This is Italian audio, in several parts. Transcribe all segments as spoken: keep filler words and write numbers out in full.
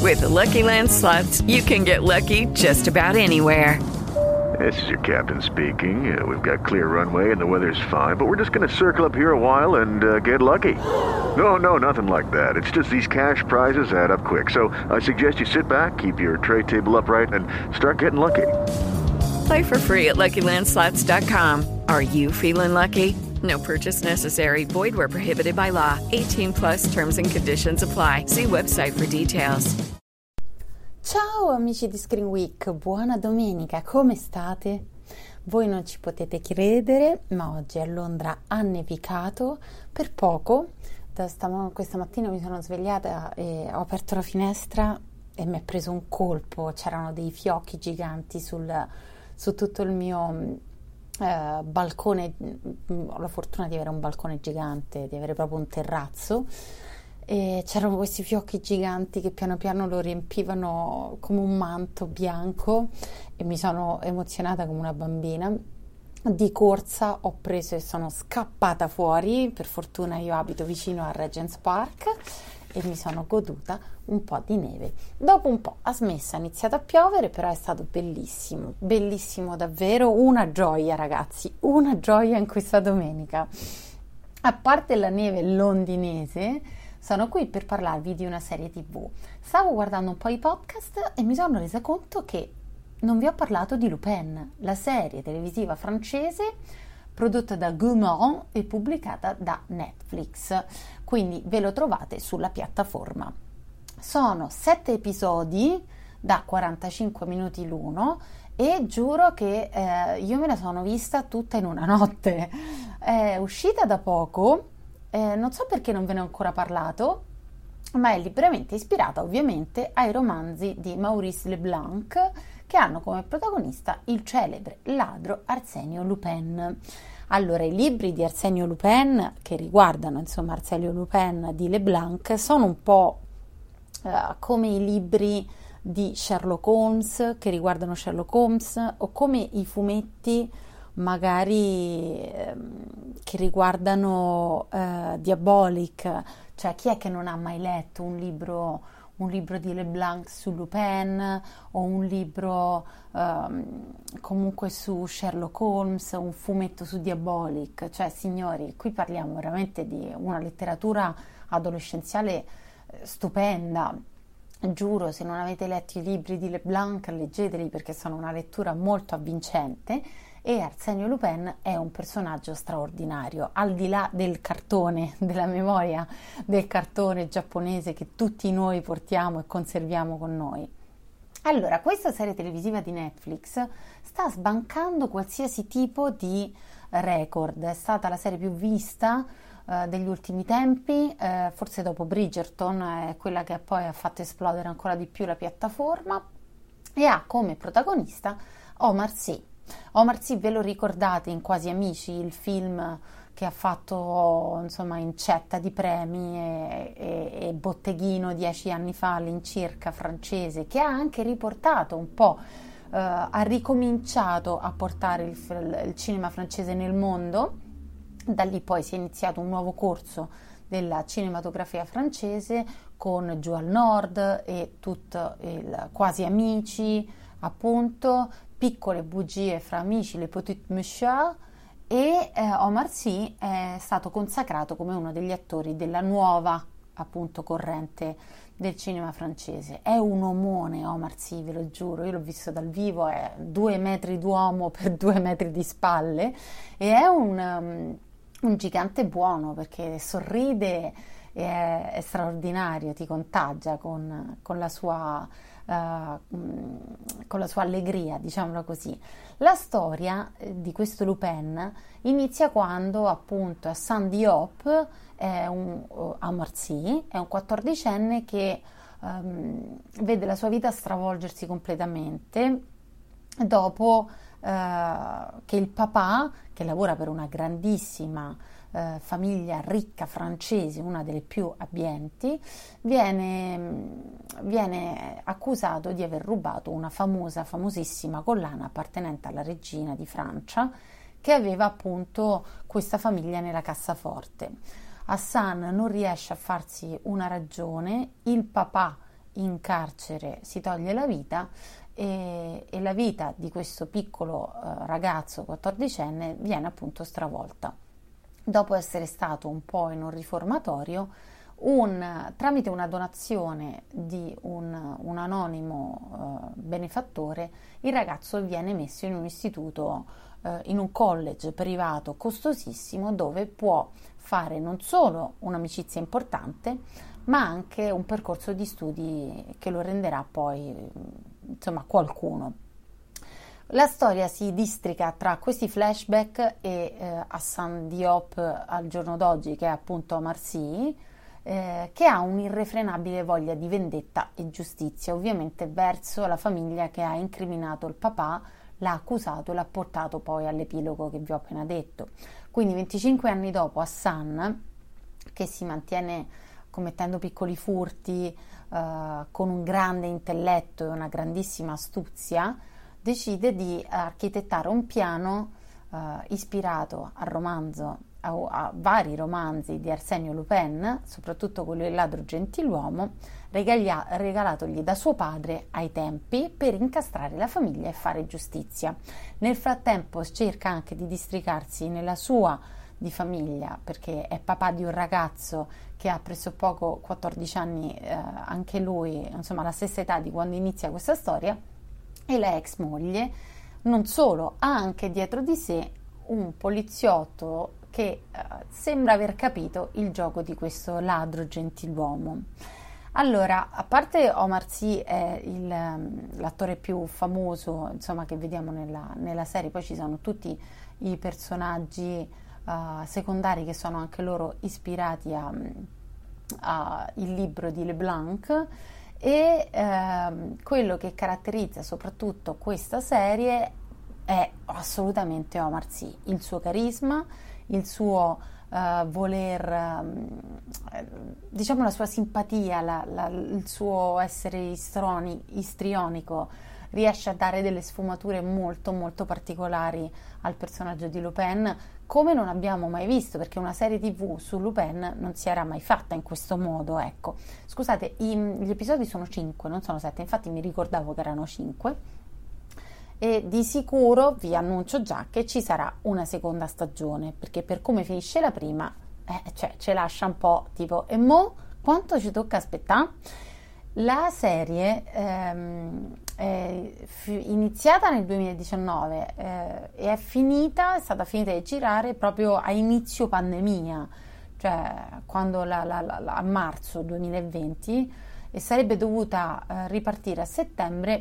With the Lucky Land Slots, you can get lucky just about anywhere. This is your captain speaking. Uh, we've got clear runway and the weather's fine, but we're just going to circle up here a while and uh, get lucky. No, no, nothing like that. It's just these cash prizes add up quick. So I suggest you sit back, keep your tray table upright, and start getting lucky. Play for free at Lucky Land Slots dot com. Are you feeling lucky? No purchase necessary. Void where prohibited by law. eighteen plus terms and conditions apply. See website for details. Ciao amici di Screen Week, buona domenica, come state? Voi non ci potete credere, ma oggi a Londra ha nevicato per poco. Da stamo, questa mattina mi sono svegliata e ho aperto la finestra e mi è preso un colpo. C'erano dei fiocchi giganti sul, su tutto il mio eh, balcone. Ho la fortuna di avere un balcone gigante, di avere proprio un terrazzo. E c'erano questi fiocchi giganti che piano piano lo riempivano come un manto bianco e mi sono emozionata come una bambina. Di corsa ho preso e sono scappata fuori. Per fortuna io abito vicino a Regent's Park e mi sono goduta un po' di neve. Dopo un po' ha smesso, ha iniziato a piovere, però è stato bellissimo, bellissimo davvero, una gioia ragazzi, una gioia in questa domenica. A parte la neve londinese, sono qui per parlarvi di una serie tivù. Stavo guardando un po' i podcast e mi sono resa conto che non vi ho parlato di Lupin, la serie televisiva francese prodotta da Gaumont e pubblicata da Netflix. Quindi ve lo trovate sulla piattaforma. Sono sette episodi da quarantacinque minuti l'uno e giuro che eh, io me la sono vista tutta in una notte. È uscita da poco. Eh, non so perché non ve ne ho ancora parlato, ma è liberamente ispirata ovviamente ai romanzi di Maurice Leblanc, che hanno come protagonista il celebre ladro Arsenio Lupin. Allora, i libri di Arsenio Lupin, che riguardano insomma Arsenio Lupin di Leblanc, sono un po' eh, come i libri di Sherlock Holmes, che riguardano Sherlock Holmes, o come i fumetti magari ehm, che riguardano eh, Diabolic, cioè chi è che non ha mai letto un libro, un libro di Leblanc su Lupin o un libro ehm, comunque su Sherlock Holmes, un fumetto su Diabolic? Cioè signori, qui parliamo veramente di una letteratura adolescenziale eh, stupenda. Giuro, se non avete letto i libri di Leblanc, leggeteli perché sono una lettura molto avvincente. E Arsenio Lupin è un personaggio straordinario, al di là del cartone, della memoria del cartone giapponese che tutti noi portiamo e conserviamo con noi. Allora, questa serie televisiva di Netflix sta sbancando qualsiasi tipo di record, è stata la serie più vista eh, degli ultimi tempi, eh, forse dopo Bridgerton, è quella che poi ha fatto esplodere ancora di più la piattaforma, e ha come protagonista Omar Sy. Omar Sy, ve lo ricordate in Quasi Amici, il film che ha fatto insomma incetta di premi e, e, e botteghino dieci anni fa all'incirca, francese, che ha anche riportato un po', eh, ha ricominciato a portare il, il cinema francese nel mondo. Da lì poi si è iniziato un nuovo corso della cinematografia francese con Giù al Nord e tutto il Quasi Amici, appunto, Piccole bugie fra amici, le Petites Mouches, e eh, Omar Sy è stato consacrato come uno degli attori della nuova appunto corrente del cinema francese. È un omone Omar Sy, ve lo giuro, io l'ho visto dal vivo, è due metri d'uomo per due metri di spalle e è un, um, un gigante buono perché sorride, è, è straordinario, ti contagia con, con la sua Uh, con la sua allegria, diciamola così. La storia eh, di questo Lupin inizia quando appunto Hassan Diop è un, uh, Omar Sy è un quattordicenne che um, vede la sua vita stravolgersi completamente dopo uh, che il papà, che lavora per una grandissima Uh, famiglia ricca francese, una delle più abbienti, viene, viene accusato di aver rubato una famosa, famosissima collana appartenente alla regina di Francia, che aveva appunto questa famiglia nella cassaforte. Hassan non riesce a farsi una ragione, il papà in carcere si toglie la vita e, e la vita di questo piccolo uh, ragazzo quattordicenne viene appunto stravolta. Dopo essere stato un po' in un riformatorio, un, tramite una donazione di un, un anonimo uh, benefattore, il ragazzo viene messo in un istituto, uh, in un college privato costosissimo, dove può fare non solo un'amicizia importante, ma anche un percorso di studi che lo renderà poi, insomma, qualcuno. La storia si districa tra questi flashback e eh, Hassan Diop al giorno d'oggi, che è appunto Omar Sy, eh, che ha un'irrefrenabile voglia di vendetta e giustizia, ovviamente verso la famiglia che ha incriminato il papà, l'ha accusato e l'ha portato poi all'epilogo che vi ho appena detto. Quindi venticinque anni dopo, Hassan, che si mantiene commettendo piccoli furti, eh, con un grande intelletto e una grandissima astuzia, decide di architettare un piano eh, ispirato al romanzo, a, a vari romanzi di Arsenio Lupin, soprattutto quello del ladro gentiluomo, regalia, regalatogli da suo padre ai tempi, per incastrare la famiglia e fare giustizia. Nel frattempo cerca anche di districarsi nella sua di famiglia, perché è papà di un ragazzo che ha pressopoco quattordici anni, eh, anche lui, insomma la stessa età di quando inizia questa storia, e la ex moglie. Non solo, ha anche dietro di sé un poliziotto che eh, sembra aver capito il gioco di questo ladro gentiluomo. Allora, a parte Omar Sy è il, l'attore più famoso, insomma, che vediamo nella, nella serie, poi ci sono tutti i personaggi uh, secondari che sono anche loro ispirati a, a il libro di Leblanc. E ehm, quello che caratterizza soprattutto questa serie è assolutamente Omar Sy, il suo carisma, il suo eh, voler, eh, diciamo la sua simpatia, la, la, il suo essere istroni, istrionico, riesce a dare delle sfumature molto molto particolari al personaggio di Lupin, come non abbiamo mai visto, perché una serie tv su Lupin non si era mai fatta in questo modo, ecco. Scusate, i, gli episodi sono cinque, non sono sette, infatti mi ricordavo che erano cinque, e di sicuro vi annuncio già che ci sarà una seconda stagione, perché per come finisce la prima, eh, cioè ce lascia un po' tipo, e mo quanto ci tocca aspettare? La serie ehm, è f- iniziata nel duemiladiciannove eh, e è finita, è stata finita di girare proprio a inizio pandemia, cioè quando la, la, la, a marzo duemilaventi, e sarebbe dovuta eh, ripartire a settembre,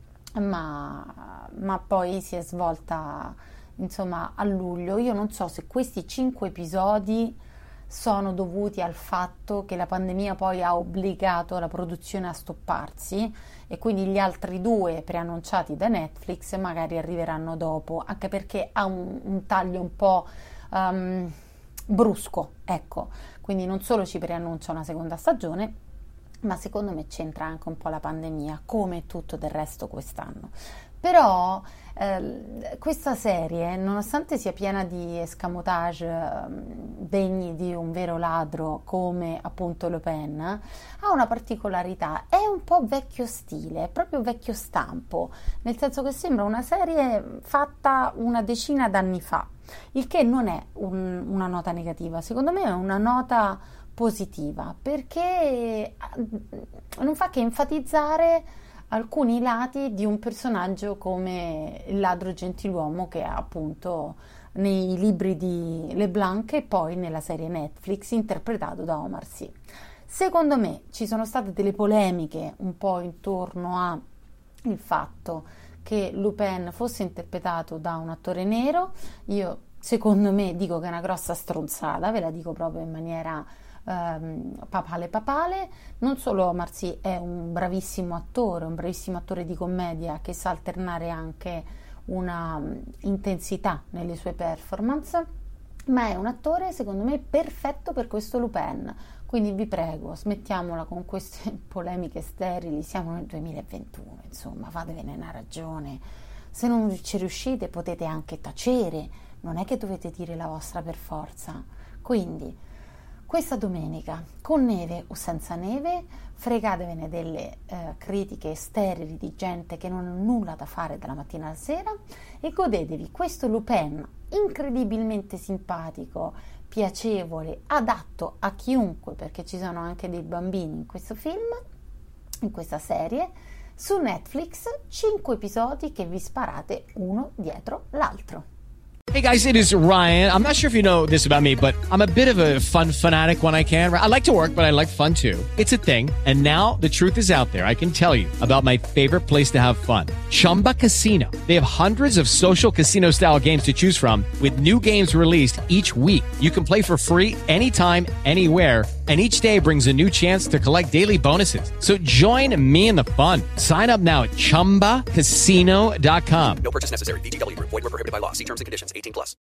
ma, ma poi si è svolta insomma a luglio. Io non so se questi cinque episodi sono dovuti al fatto che la pandemia poi ha obbligato la produzione a stopparsi, e quindi gli altri due preannunciati da Netflix magari arriveranno dopo, anche perché ha un, un taglio un po' um, brusco, ecco. Quindi non solo ci preannuncia una seconda stagione, ma secondo me c'entra anche un po' la pandemia, come tutto del resto quest'anno. Però eh, questa serie, nonostante sia piena di escamotage eh, degni di un vero ladro come appunto Lupin, ha una particolarità: è un po' vecchio stile, è proprio vecchio stampo, nel senso che sembra una serie fatta una decina d'anni fa, il che non è un, una nota negativa, secondo me è una nota positiva, perché non fa che enfatizzare alcuni lati di un personaggio come il ladro gentiluomo, che è appunto nei libri di Leblanc e poi nella serie Netflix interpretato da Omar Sy. Secondo me ci sono state delle polemiche un po' intorno al fatto che Lupin fosse interpretato da un attore nero. Io secondo me dico che è una grossa stronzata, ve la dico proprio in maniera Um, papale papale. Non solo Omar Sy è un bravissimo attore, un bravissimo attore di commedia che sa alternare anche una um, intensità nelle sue performance, ma è un attore secondo me perfetto per questo Lupin. Quindi vi prego, smettiamola con queste polemiche sterili, siamo nel duemilaventuno, insomma, fatevene una ragione. Se non ci riuscite potete anche tacere, non è che dovete dire la vostra per forza. Quindi questa domenica, con neve o senza neve, fregatevene delle eh, critiche sterili di gente che non ha nulla da fare dalla mattina alla sera e godetevi questo Lupin incredibilmente simpatico, piacevole, adatto a chiunque, perché ci sono anche dei bambini in questo film, in questa serie, su Netflix, cinque episodi che vi sparate uno dietro l'altro. Hey guys, it is Ryan. I'm not sure if you know this about me, but I'm a bit of a fun fanatic when I can. I like to work, but I like fun too. It's a thing. And now the truth is out there. I can tell you about my favorite place to have fun. Chumba Casino. They have hundreds of social casino style games to choose from with new games released each week. You can play for free anytime, anywhere. And each day brings a new chance to collect daily bonuses. So join me in the fun. Sign up now at chumba casino dot com. No purchase necessary. V G W Group. Void where prohibited by law. See terms and conditions. eighteen plus.